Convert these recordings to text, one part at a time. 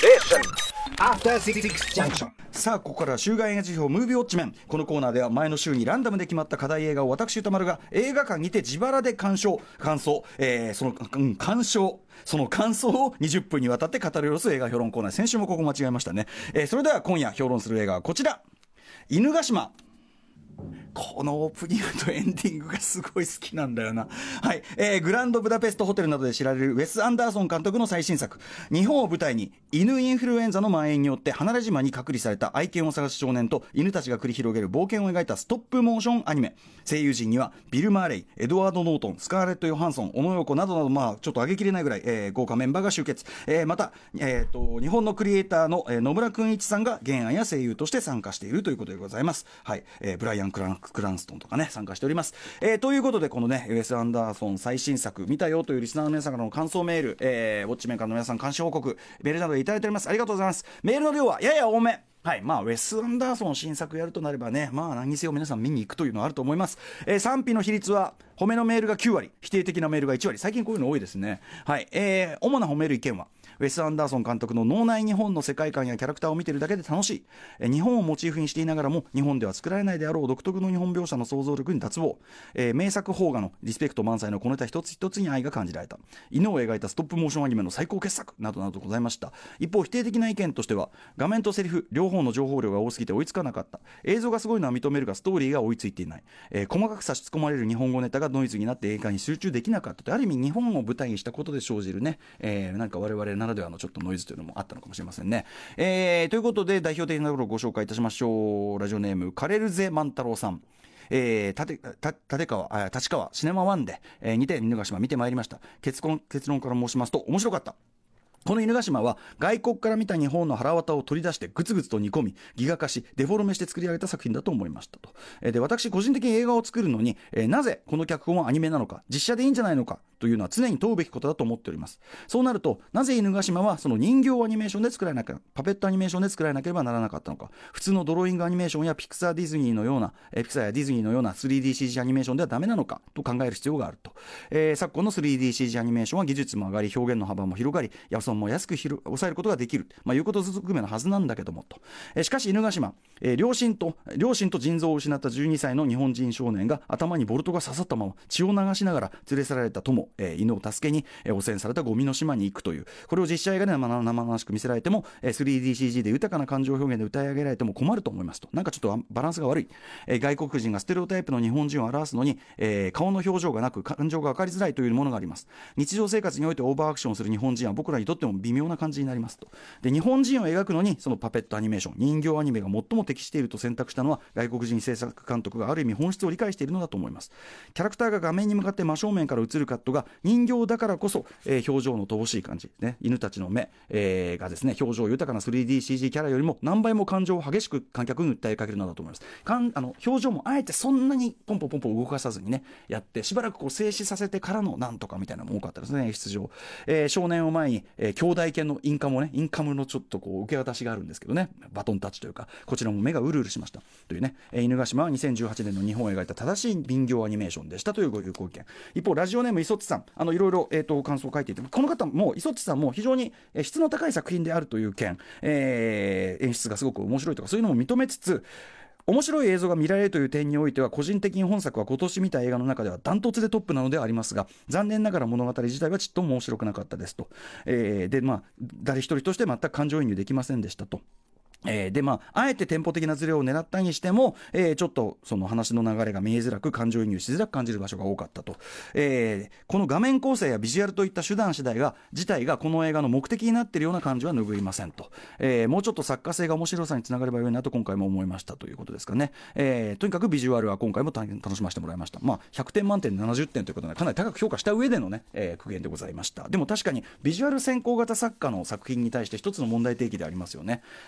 After Six Junction。 さあここからは週刊映画辞表ムービーウォッチメン。このコーナーでは前の週にランダムで決まった課題映画を私歌丸が映画館にて自腹で鑑賞感想、その感想を20分にわたって語り下ろす映画評論コーナー。先週もここ間違えましたね。それでは今夜評論する映画はこちら、犬ヶ島。このオープニングとエンディングがすごい好きなんだよな。はい、グランドブダペストホテルなどで知られるウェス・アンダーソン監督の最新作。日本を舞台に犬インフルエンザの蔓延によって離れ島に隔離された愛犬を探す少年と犬たちが繰り広げる冒険を描いたストップモーションアニメ。声優陣にはビル・マーレイ、エドワード・ノートン、スカーレット・ヨハンソン、小野洋子などなど、まあちょっと上げきれないぐらい、豪華メンバーが集結。また、日本のクリエイターの、野村君一さんが原案や声優として参加しているということでございます。はい、ブライアン・クランストンとかね参加しております。ということでこのねウェス・アンダーソン最新作見たよというリスナーの皆さんからの感想メール、ウォッチメーカーの皆さん監視報告メールなどでいただいております。ありがとうございます。メールの量はやや多め。はい、まあウェス・アンダーソン新作やるとなればね、まあ何にせよ皆さん見に行くというのはあると思います。賛否の比率は褒めのメールが9割、否定的なメールが1割。最近こういうの多いですね。はい、主な褒める意見はウェス・アンダーソン監督の脳内日本の世界観やキャラクターを見てるだけで楽しい、日本をモチーフにしていながらも日本では作られないであろう独特の日本描写の想像力に脱帽、名作邦画のリスペクト満載のこのネタ一つ一つに愛が感じられた。犬を描いたストップモーションアニメの最高傑作などなどございました。一方否定的な意見としては画面とセリフ両方の情報量が多すぎて追いつかなかった、映像がすごいのは認めるがストーリーが追いついていない、細かく差し込まれる日本語ネタがノイズになって映画に集中できなかったと。ある意味日本を舞台にしたことで生じるね、なんか我々ならではのちょっとノイズというのもあったのかもしれませんね。ということで代表的なところをご紹介いたしましょう。ラジオネームカレルゼ万太郎さん。立川シネマワンで、2点犬ヶ島見てまいりました。結論から申しますと面白かった。この犬ヶ島は外国から見た日本の腹渡を取り出してグツグツと煮込みギガ化しデフォルメして作り上げた作品だと思いましたと。で私個人的に映画を作るのに、なぜこの脚本はアニメなのか実写でいいんじゃないのかというのは常に問うべきことだと思っております。そうなるとなぜ犬ヶ島はその人形アニメーションで作られなきゃパペットアニメーションで作られなければならなかったのか。普通のドローイングアニメーションやピクサーやディズニーのような 3DCG アニメーションではダメなのかと考える必要があると。昨今の 3DCG アニメーションは技術も上がり表現の幅も広がり予算も安く抑えることができる、いうことずくめのはずなんだけどもと。しかし犬ヶ島、両親と腎臓を失った12歳の日本人少年が頭にボルトが刺さったまま血を流しながら連れ去られた友、犬を助けに、汚染されたゴミの島に行くという。これを実写映画で生々しく見せられても、3DCG で豊かな感情表現で歌い上げられても困ると思いますと。なんかちょっとバランスが悪い、外国人がステレオタイプの日本人を表すのに、顔の表情がなく感情が分かりづらいというものがあります。日常生活においてオーバーアクションする日本人は僕らにとっても微妙な感じになりますと。で日本人を描くのにそのパペットアニメーション人形アニメが最も適していると選択したのは外国人制作監督がある意味本質を理解しているのだと思います。キャラクターが画面に向かって真正面から映るカットが人形だからこそ、表情の乏しい感じ、ね、犬たちの目、がですね表情豊かな 3DCG キャラよりも何倍も感情を激しく観客に訴えかけるのだと思います。表情もあえてそんなにポンポン動かさずにねやってしばらくこう静止させてからのなんとかみたいなのも多かったですね演出上。少年を前に、兄弟犬のインカムのちょっとこう受け渡しがあるんですけどねバトンタッチというかこちらも目がうるうるしましたというね。犬ヶ島は2018年の日本を描いた正しい人形アニメーションでしたというご意見。一方ラジオネーム磯地さんいろいろ、感想を書いていてこの方も磯地さんも非常に質の高い作品であるという件、演出がすごく面白いとかそういうのも認めつつ面白い映像が見られるという点においては個人的に本作は今年見た映画の中ではダントツでトップなのではありますが残念ながら物語自体はちっとも面白くなかったですと。で誰一人として全く感情移入できませんでしたと。であえてテンポ的なズレを狙ったにしても、ちょっとその話の流れが見えづらく感情移入しづらく感じる場所が多かったと。この画面構成やビジュアルといった手段自体がこの映画の目的になっているような感じは拭いませんと。もうちょっと作家性が面白さにつながればよいなと今回も思いましたということですかね。とにかくビジュアルは今回も楽しませてもらいました。100点満点で70点ということでかなり高く評価した上でのね、苦言でございました。でも確かにビジュアル先行型作家の作品に対して一つの問題提起でありますよね。スタイル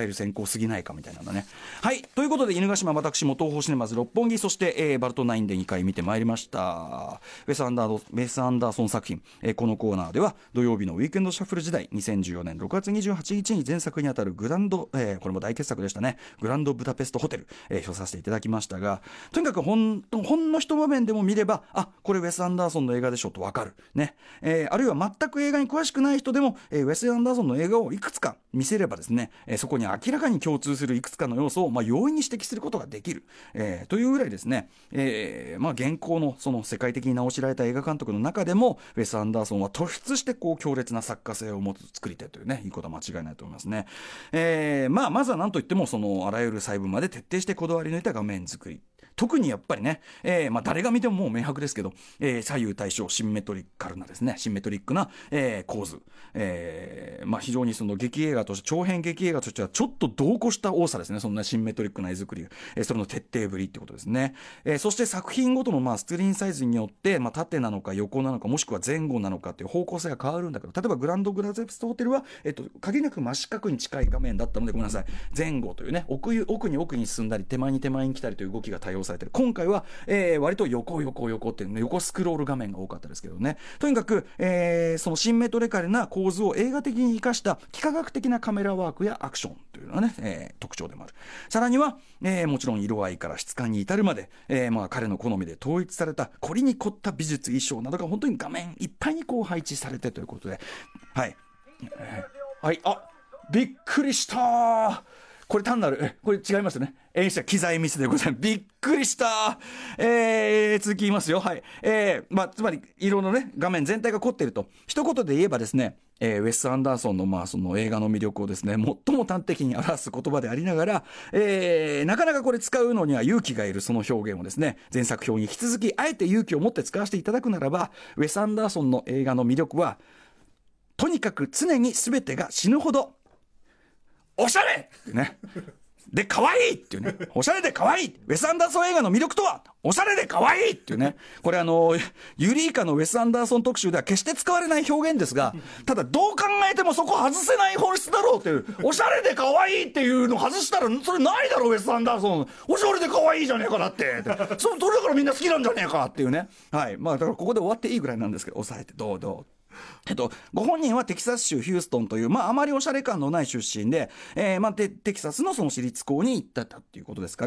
ル先行すぎないかみたいなのね。はい、ということで犬ヶ島、私も東宝シネマズ六本木、そして、バルト9で2回見てまいりました。ウェス・アンダーソン作品、このコーナーでは土曜日のウィークエンドシャッフル時代、2014年6月28日に前作にあたるグランド、これも大傑作でしたね、グランドブダペストホテル、表させていただきましたが、とにかくほんの一場面でも見れば、あ、これウェス・アンダーソンの映画でしょと分かる、ね。あるいは全く映画に詳しくない人でも、ウェス・アンダーソンの映画をいくつか見せればですね、そこに明らかに共通するいくつかの要素を、容易に指摘することができる、というぐらいですね、現行のその世界的に名を知られた映画監督の中でもウェス・アンダーソンは突出してこう強烈な作家性を持つ作り手というね、いいことは間違いないと思いますね。まずは何といってもそのあらゆる細部まで徹底してこだわり抜いた画面作り、特にやっぱりね、誰が見てももう明白ですけど、左右対称シンメトリックな、構図、非常にその劇映画として長編劇映画としてはちょっと度を越した多さですね、そんなシンメトリックな絵作り、それの徹底ぶりってことですね。そして作品ごとのスクリーンサイズによって、縦なのか横なのかもしくは前後なのかっていう方向性が変わるんだけど、例えばグランドグラゼプストホテルは、限りなく真四角に近い画面だったので、ごめんなさい、前後というね、奥に進んだり手前に来たりという動きが多用されてる。今回は、割と横っていうね、横スクロール画面が多かったですけどね。とにかく、そのシンメトリカルな構図を映画的に生かした幾何学的なカメラワークやアクションというのはね、特徴でもある。さらには、もちろん色合いから質感に至るまで、彼の好みで統一された凝りに凝った美術衣装などが本当に画面いっぱいにこう配置されてということで、はい、はい、あ、びっくりしたこれ単なるこれ違いますよね、演出は機材ミスでございます。びっくりした、続き言いますよ。はい、つまり色のね画面全体が凝っていると一言で言えばですね、ウェス・アンダーソンのその映画の魅力をですね最も端的に表す言葉でありながら、なかなかこれ使うのには勇気がいるその表現をですね、前作表に引き続きあえて勇気を持って使わせていただくならば、ウェス・アンダーソンの映画の魅力はとにかく常に全てが死ぬほどおしゃれってねで可愛いっていうね、おしゃれで可愛い、ウェス・アンダーソン映画の魅力とはおしゃれで可愛いっていうね、これユリイカのウェス・アンダーソン特集では決して使われない表現ですが、ただどう考えてもそこ外せない本質だろうっていう、おしゃれで可愛いっていうの外したらそれないだろウェス・アンダーソン、おしゃれで可愛いじゃねえかだってそれだからみんな好きなんじゃねえかっていうね。はい、だからここで終わっていいぐらいなんですけど、抑えてどうご本人はテキサス州ヒューストンというあまりおしゃれ感のない出身で、テキサスのその私立校に行ったっていうことですから、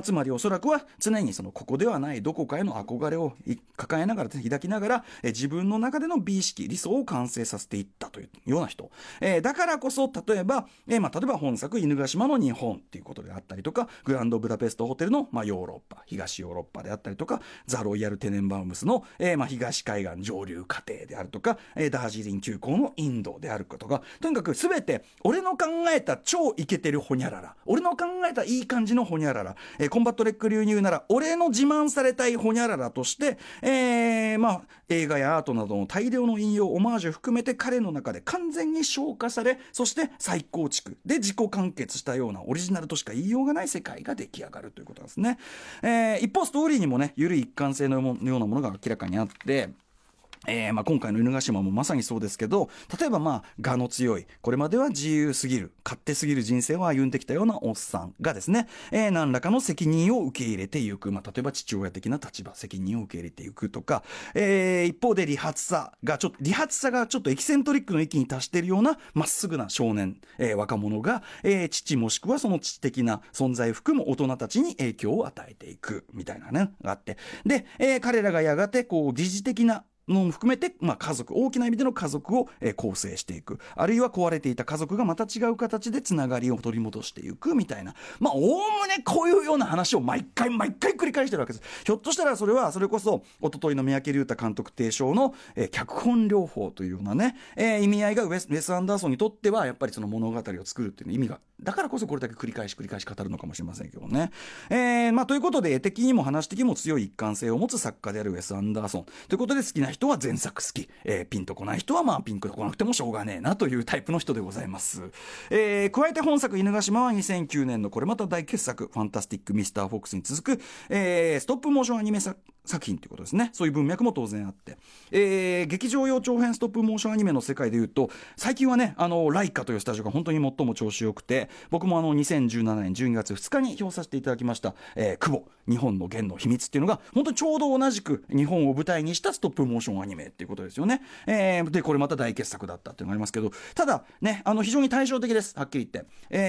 つまりおそらくは常にそのここではないどこかへの憧れを抱えながら抱きながら、自分の中での美意識理想を完成させていったというような人、だからこそ例えば本作犬ヶ島の日本っていうことであったりとか、グランドブダペストホテルの、ヨーロッパ東ヨーロッパであったりとか、ザ・ロイヤル・テネンバウムスの、東海岸上流過程であるとか、ダージリン急行のインドであることが、とにかく全て俺の考えた超イケてるホニャララ、俺の考えたいい感じのホニャララ、コンバットレック流に言うなら俺の自慢されたいホニャララとして、映画やアートなどの大量の引用オマージュ含めて彼の中で完全に消化され、そして再構築で自己完結したようなオリジナルとしか言いようがない世界が出来上がるということなんですね。一方ストーリーにもね緩い一貫性のようなものが明らかにあって、今回の犬ヶ島もまさにそうですけど、例えば我の強い、これまでは自由すぎる勝手すぎる人生を歩んできたようなおっさんがですね、何らかの責任を受け入れていく、例えば父親的な立場責任を受け入れていくとか、一方で利発さがちょっとエキセントリックの域に達しているようなまっすぐな少年、若者が、父もしくはその父的な存在を含む大人たちに影響を与えていくみたいなねがあって、で、彼らがやがて疑似的なのも含めて、家族、大きな意味での家族を、構成していく、あるいは壊れていた家族がまた違う形でつながりを取り戻していくみたいな、おおむねこういうような話を毎回繰り返してるわけです。ひょっとしたらそれこそ一昨日の三宅龍太監督提唱の、脚本療法というようなね、意味合いがウェス・アンダーソンにとってはやっぱりその物語を作るっていう意味が、だからこそこれだけ繰り返し語るのかもしれませんけどね。ということで絵的にも話的にも強い一貫性を持つ作家であるウェス・アンダーソンということで、好きな人は前作好き、ピンとこない人はピンとこなくてもしょうがねえなというタイプの人でございます。加えて本作犬ヶ島は2009年のこれまた大傑作ファンタスティック・ミスター・フォックスに続く、ストップモーションアニメ作品ということですね。そういう文脈も当然あって、劇場用長編ストップモーションアニメの世界でいうと最近はねライカというスタジオが本当に最も調子よくて、僕も2017年12月2日に評させていただきました、久保日本の弦の秘密っていうのが本当にちょうど同じく日本を舞台にしたストップモーションアニメっていうことですよね。でこれまた大傑作だったっていうのがありますけど、ただね非常に対照的です、はっきり言って。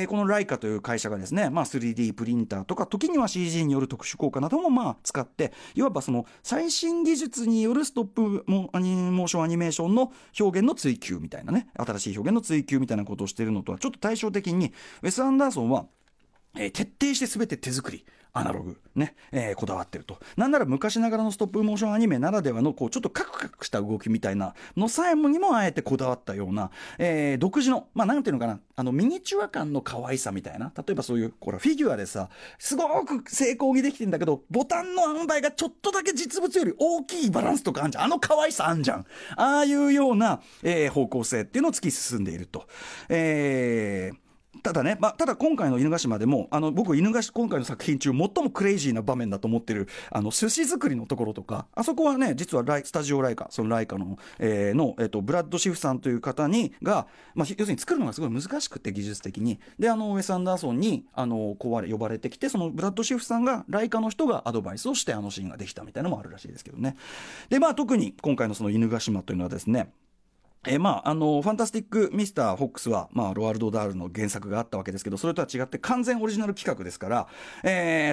このライカという会社がですね、3D プリンターとか時には CG による特殊効果なども使って、いわばその最新技術によるストップモーションアニメーションの表現の追求みたいなね、新しい表現の追求みたいなことをしているのとはちょっと対照的に、ウェス・アンダーソンは徹底して全て手作りアナログね、こだわってると。なんなら昔ながらのストップモーションアニメならではのこうちょっとカクカクした動きみたいなのさえもにもあえてこだわったような、独自のなんていうのかな、ミニチュア感の可愛さみたいな、例えばそういうフィギュアでさすごく精巧にできてんだけどボタンの塩梅がちょっとだけ実物より大きいバランスとかあんじゃん、可愛さあんじゃん、ああいうような、方向性っていうのを突き進んでいると。ただね、ただ今回の犬ヶ島でも僕今回の作品中最もクレイジーな場面だと思ってる寿司作りのところとか、あそこはね実はスタジオライカ、そのライカの、ブラッド・シフさんという方が、要するに作るのがすごい難しくて技術的にでウェス・アンダーソンに呼ばれてきて、そのブラッド・シフさんがライカの人がアドバイスをしてシーンができたみたいなのもあるらしいですけどね。で特に今回のその犬ヶ島というのはですね、ファンタスティック・ミスター・フォックスは、ロワルド・ダールの原作があったわけですけど、それとは違って完全オリジナル企画ですから、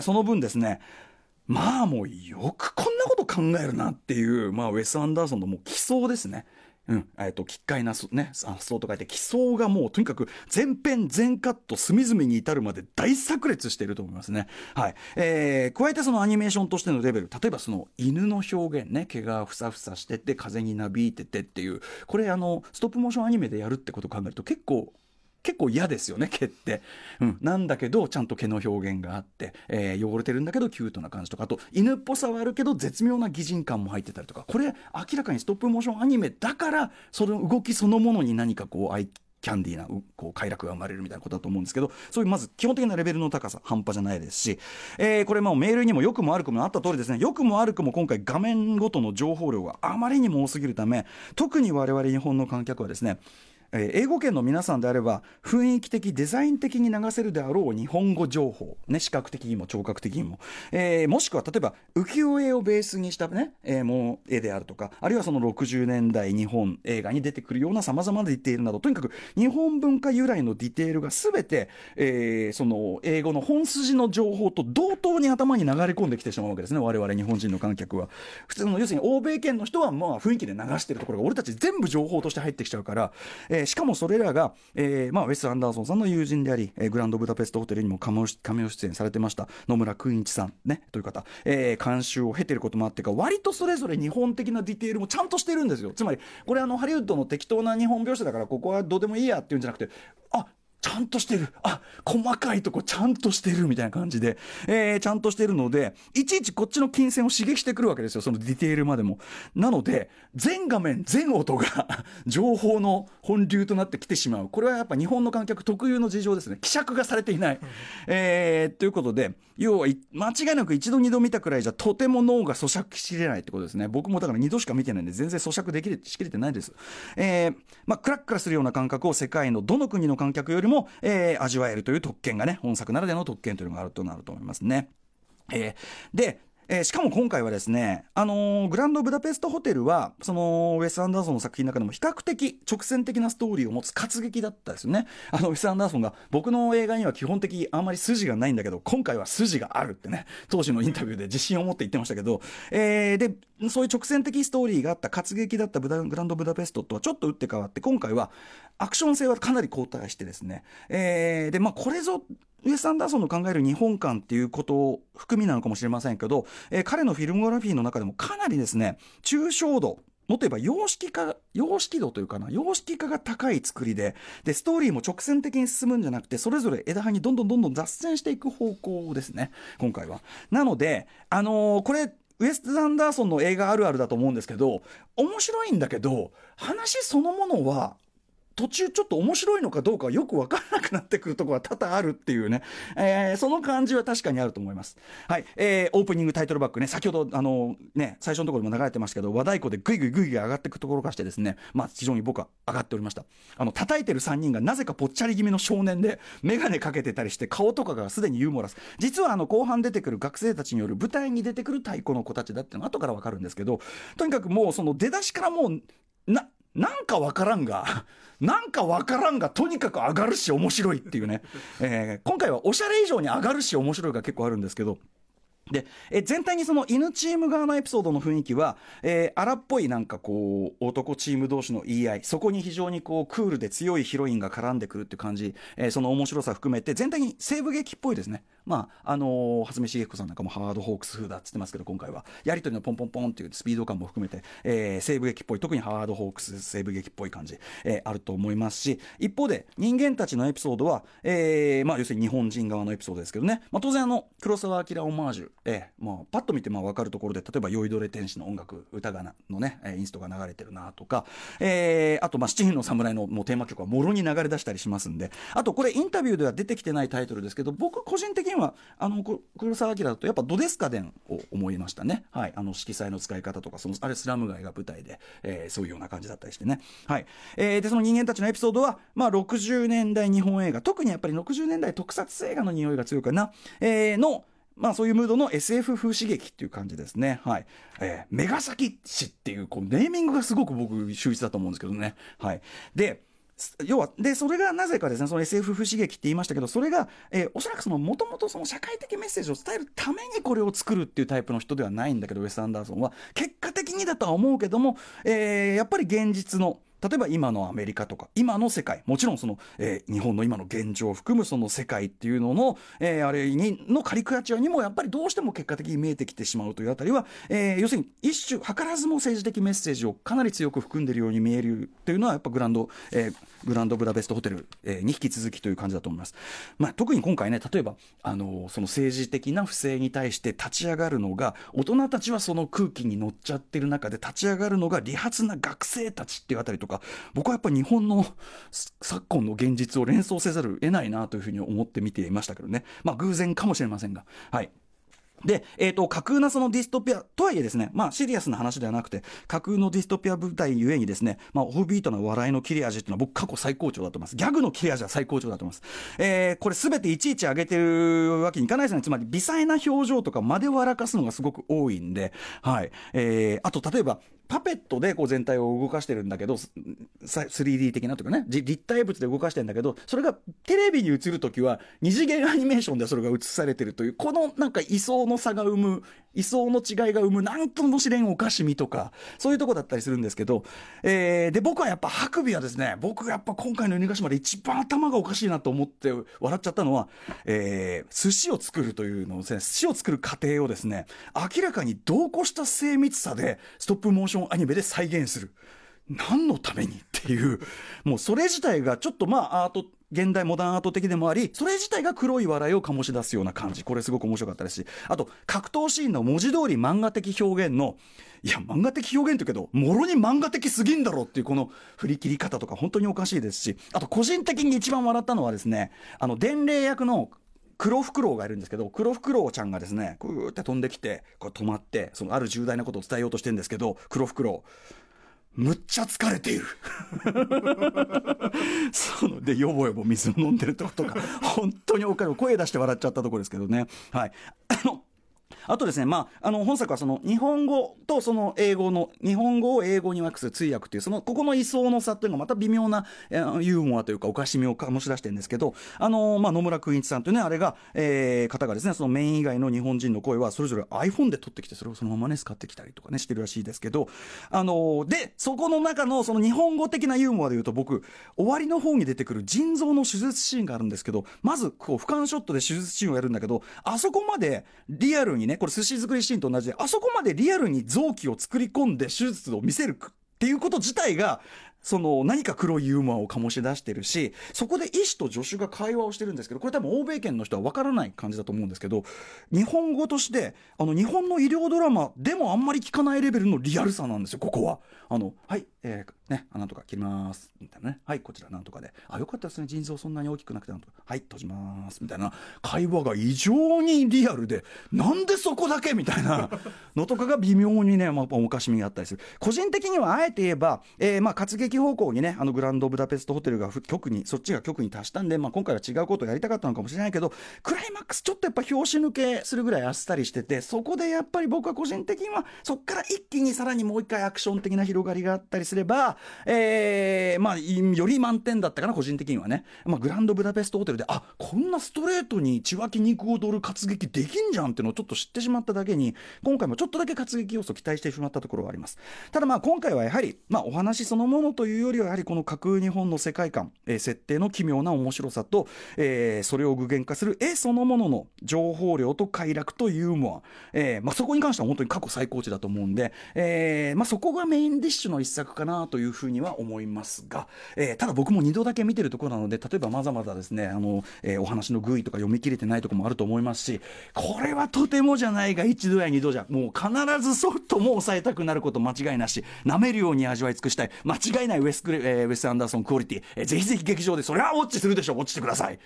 その分ですね、もうよくこんなこと考えるなっていう、ウェス・アンダーソンのもう奇想ですね。奇怪なね、発想と書いて奇想がもうとにかく全編全カット隅々に至るまで大炸裂していると思いますね。はい。加えてそのアニメーションとしてのレベル、例えばその犬の表現ね、毛がふさふさしてて風になびいててっていう、これストップモーションアニメでやるってことを考えると結構嫌ですよね、毛って、なんだけどちゃんと毛の表現があって、汚れてるんだけどキュートな感じとか、あと犬っぽさはあるけど絶妙な擬人感も入ってたりとか、これ明らかにストップモーションアニメだからその動きそのものに何かアイキャンディーな快楽が生まれるみたいなことだと思うんですけど、そういうまず基本的なレベルの高さ半端じゃないですし、これメールにも良くも悪くもあった通りですね、良くも悪くも今回画面ごとの情報量があまりにも多すぎるため、特に我々日本の観客はですね、英語圏の皆さんであれば雰囲気的デザイン的に流せるであろう日本語情報、視覚的にも聴覚的にも、もしくは例えば浮世絵をベースにしたね、もう絵であるとか、あるいはその60年代日本映画に出てくるようなさまざまなディテールなど、とにかく日本文化由来のディテールが全て、その英語の本筋の情報と同等に頭に流れ込んできてしまうわけですね、我々日本人の観客は。普通の要するに欧米圏の人は雰囲気で流してるところが俺たち全部情報として入ってきちゃうから、しかもそれらが、ウェス・アンダーソンさんの友人であり、グランドブダペストホテルにもカメオ出演されてました野村邦一さん、ね、という方、監修を経ていることもあってか、割とそれぞれ日本的なディテールもちゃんとしてるんですよ。つまりこれハリウッドの適当な日本描写だからここはどうでもいいやっていうんじゃなくて、ちゃんとしてる、細かいとこちゃんとしてるみたいな感じで、ちゃんとしてるので、いちいちこっちの金銭を刺激してくるわけですよ、そのディテールまでも。なので全画面全音が情報の本流となってきてしまう。これはやっぱ日本の観客特有の事情ですね。希釈がされていない、ということで、要は間違いなく一度二度見たくらいじゃとても脳が咀嚼しきれないってことですね。僕もだから二度しか見てないんで全然咀嚼しきれてないです。クラックラするような感覚を世界のどの国の観客よりも味わえるという特権がね、本作ならではの特権というのがあるとなると思いますね。でしかも今回はですね、グランドブダペストホテルはそのウェス・アンダーソンの作品の中でも比較的直線的なストーリーを持つ活劇だったですよね。ウェス・アンダーソンが僕の映画には基本的にあんまり筋がないんだけど今回は筋があるってね、当時のインタビューで自信を持って言ってましたけど、でそういう直線的ストーリーがあった活劇だったグランドブダペストとはちょっと打って変わって、今回はアクション性はかなり後退してですね、でこれぞウェス・アンダーソンの考える日本観っていうことを含みなのかもしれませんけど、彼のフィルモグラフィーの中でもかなりですね、抽象度、もっと言えば様式度というかな、様式化が高い作りで、ストーリーも直線的に進むんじゃなくて、それぞれ枝葉にどんどん脱線していく方向ですね、今回は。なのでこれウェス・アンダーソンの映画あるあるだと思うんですけど、面白いんだけど話そのものは途中ちょっと面白いのかどうかはよく分からなくなってくるところが多々あるっていうね、その感じは確かにあると思います。はい、オープニングタイトルバックね、先ほど最初のところでも流れてましたけど、和太鼓でグイグイグイグイ上がっていくところからしてですね、非常に僕は上がっておりました。叩いてる3人がなぜかぽっちゃり気味の少年で眼鏡かけてたりして、顔とかがすでにユーモラス、実は後半出てくる学生たちによる舞台に出てくる太鼓の子たちだっていうのが後から分かるんですけど、とにかくもうその出だしからもうなんかわからんがとにかく上がるし面白いっていうね、今回はおしゃれ以上に上がるし面白いが結構あるんですけど、で全体にその犬チーム側のエピソードの雰囲気は、荒っぽいなんかこう男チーム同士の言い合い、そこに非常にこうクールで強いヒロインが絡んでくるっていう感じ、その面白さ含めて全体に西部劇っぽいですね。初見茂彦さんなんかもハワード・ホークス風だっつってますけど、今回はやり取りのポンポンポンっていうスピード感も含めて、西部劇っぽい、特にハワード・ホークス西部劇っぽい感じ、あると思いますし、一方で人間たちのエピソードは、要するに日本人側のエピソードですけどね、当然黒澤明オマージュ、パッと見て分かるところで、例えば酔いどれ天使の音楽歌がのねインストが流れてるなとか、あと七人の侍のもうテーマ曲はもろに流れ出したりしますんで、あとこれインタビューでは出てきてないタイトルですけど、僕個人的には黒澤明だとやっぱドデスカデンを思いましたね。はい、色彩の使い方とか、あれスラム街が舞台で、そういうような感じだったりしてね。はい、でその人間たちのエピソードは、60年代日本映画、特にやっぱり60年代特撮映画の匂いが強いかな、そういうムードの SF 風刺激っていう感じですね。はい、メガサキ氏っていう、ネーミングがすごく僕秀逸だと思うんですけどね。はい、で要はそれがなぜかですね、その SF 風刺激って言いましたけど、それが、おそらくもともと社会的メッセージを伝えるためにこれを作るっていうタイプの人ではないんだけど、ウェス・アンダーソンは結果的にだとは思うけども、やっぱり現実の例えば今のアメリカとか今の世界、もちろん日本の今の現状を含むその世界っていうのの、あれのカリキュラチュアにもやっぱりどうしても結果的に見えてきてしまうというあたりは、要するに一種図らずも政治的メッセージをかなり強く含んでいるように見えるというのはやっぱグランドブダペストホテル、に引き続きという感じだと思います。特に今回ね、例えばその政治的な不正に対して立ち上がるのが、大人たちはその空気に乗っちゃってる中で立ち上がるのが利発な学生たちっていうあたりとか、僕はやっぱり日本の昨今の現実を連想せざるを得ないなというふうに思って見ていましたけどね。偶然かもしれませんが、はい。で、架空なそのディストピアとはいえですね、シリアスな話ではなくて架空のディストピア舞台ゆえにですね、オフビートな笑いの切れ味っていうのは僕過去最高潮だと思います。ギャグの切れ味は最高潮だと思います。これ全ていちいち上げてるわけにいかないですね。つまり微細な表情とかまで笑かすのがすごく多いんで、はい。あと例えばパペットで全体を動かしてるんだけど、 3D 的なというかね、立体物で動かしてるんだけど、それがテレビに映るときは二次元アニメーションでそれが映されてるという、このなんか位相の差が生む、位相の違いが生むなんとも知れんおかしみとか、そういうとこだったりするんですけど、で僕はやっぱハクビはですね、僕がやっぱ今回の犬ヶ島で一番頭がおかしいなと思って笑っちゃったのは、寿司を作るというのをですね、寿司を作る過程をですね、明らかに度を越した精密さでストップモーションアニメで再現する。何のためにっていう、もうそれ自体がちょっとアート、現代モダンアート的でもあり、それ自体が黒い笑いを醸し出すような感じ、これすごく面白かったですし、あと格闘シーンの文字通り漫画的表現の、いや漫画的表現というけどもろに漫画的すぎんだろっていうこの振り切り方とか本当におかしいですし、あと個人的に一番笑ったのはですね、伝令役の黒フクロウがいるんですけど、黒フクロウちゃんがですね、グーって飛んできてこう止まって、ある重大なことを伝えようとしてるんですけど、黒フクロウむっちゃ疲れているでヨボヨボ水を飲んでるとことか本当に声出して笑っちゃったところですけどね。はい。あとですね、本作は日本語と英語の、日本語を英語に訳す通訳というここの位相の差というのがまた微妙なユーモアというかおかしみを醸し出してるんですけど、野村君一さんというね、あれが、方がですね、そのメイン以外の日本人の声はそれぞれ iPhone で撮ってきてそれをそのままね使ってきたりとかねしてるらしいですけど、でそこの中のその日本語的なユーモアでいうと、僕終わりの方に出てくる腎臓の手術シーンがあるんですけど、まず俯瞰ショットで手術シーンをやるんだけど、あそこまでリアルにね、これ寿司作りシーンと同じで、あそこまでリアルに臓器を作り込んで手術を見せるっていうこと自体が何か黒いユーモアを醸し出してるし、そこで医師と助手が会話をしてるんですけど、これ多分欧米圏の人は分からない感じだと思うんですけど、日本語として日本の医療ドラマでもあんまり聞かないレベルのリアルさなんですよ、ここは。はいなんとか切りますみたいなね、はい、こちらなんとかで、よかったですね、腎臓そんなに大きくなくてなんとか、はい、閉じますみたいな会話が異常にリアルで、なんでそこだけみたいなのとかが微妙にね、おかしみがあったりする。個人的にはあえて言えば、活劇方向にね、グランドブダペストホテルがそっちが局に達したんで、今回は違うことをやりたかったのかもしれないけど、クライマックスちょっとやっぱ拍子抜けするぐらいあっさりしてて、そこでやっぱり僕は個人的にはそっから一気にさらにもう一回アクション的な広がりがあったりすれば、より満点だったかな個人的にはね。グランドブダペストホテルでこんなストレートに血湧き肉踊る活劇できんじゃんっていうのをちょっと知ってしまっただけに、今回もちょっとだけ活劇要素を期待してしまったところがあります。ただ今回はやはり、お話そのものというよりはやはりこの架空日本の世界観、設定の奇妙な面白さと、それを具現化する絵そのものの情報量と快楽とユーモア、そこに関しては本当に過去最高値だと思うんで、そこがメインディッシュの一作かなというふうには思いますが、ただ僕も2度だけ見てるところなので、例えばまだまだですね、お話の寓意とか読み切れてないところもあると思いますし、これはとてもじゃないが1度や2度じゃもう必ずソフトも抑えたくなること間違いなし、舐めるように味わい尽くしたい間違いないウェス・アンダーソンクオリティ、ぜひぜひ劇場でそれはウォッチするでしょう、ウォッチしてください。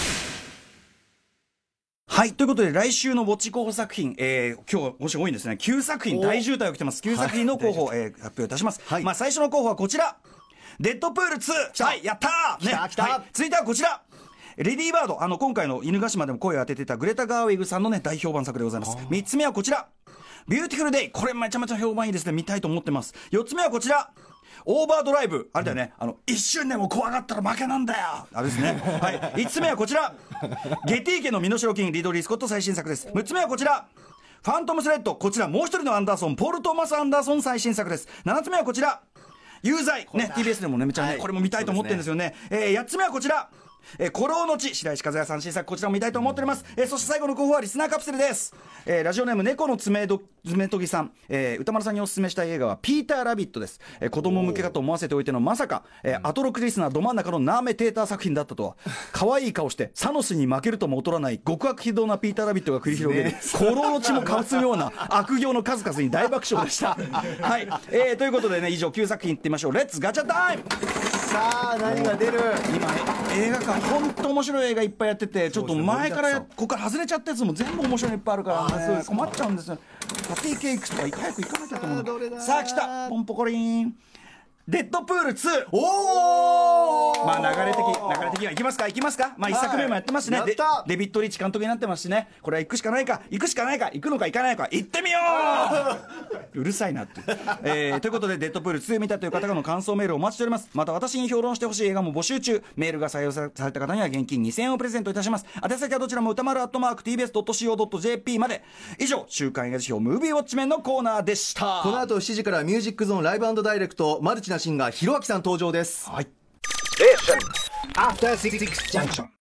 はい、ということで来週のウォッチ候補作品、今日はもし多いんですね、9作品大渋滞起きてます。9作品の候補、発表いたします。最初の候補はこちら、デッドプール2。はい、やったー、ね、来た、続いてはこちら、レディーバード、今回の犬ヶ島でも声を当ててたグレタ・ガーウィグさんのね大評判作でございます。3つ目はこちら、ビューティフルデイ。これめちゃめちゃ評判いいですね、見たいと思ってます。4つ目はこちら、オーバードライブ。あれだよね、一瞬でも怖がったら負けなんだよ、あれですね。はい、5つ目はこちら、ゲティ家の身代金、リドリー・スコット最新作です。6つ目はこちら、ファントムスレッド。こちらもう一人のアンダーソン、ポール・トーマス・アンダーソン最新作です。7つ目はこちら、有罪ね、 TBS でもねめちゃね、これも見たいと思ってるんですよね。8つ目はこちら、古老の地、白石和也さん新作、こちらも見たいと思っております。そして最後の候補はリスナーカプセルです。ラジオネーム猫の爪研ぎさん、歌丸さんにお勧めしたい映画はピーターラビットです。子供向けかと思わせておいてのまさか、アトロクリスナーど真ん中のナーメテーター作品だったとは。可愛い顔してサノスに負けるとも劣らない極悪非道なピーターラビットが繰り広げる、古老の地もかすむような悪行の数々に大爆笑でしたはい、ということでね、以上9作品いってみましょう。レッツガチャタイム。 さあ何が出る。 今映画館本当面白い映画いっぱいやってて、ちょっと前からここから外れちゃったやつも全部面白いのいっぱいあるからね、困っちゃうんですよ。パティケーキとか早く行かなきゃと思う。さあ来た、ポンポコリーン、デッドプール2。 おお、 流れ的にはいきますか、1作目もやってますしね、デビッド・リーチ監督になってますしね、これは行くのか行かないか、行ってみよううるさいなってということでデッドプール2見たという方の感想メールをお待ちしております。また私に評論してほしい映画も募集中。メールが採用された方には現金2000円をプレゼントいたします。宛先はどちらも歌丸@tbs.co.jp まで。以上、週刊映画辞表ムービーウォッチメンのコーナーでした。 この後7時からミュージックゾーンライブ&ダイレクト、マルチなシンガーひろあきさん登場です。 はい。 After 66 junction.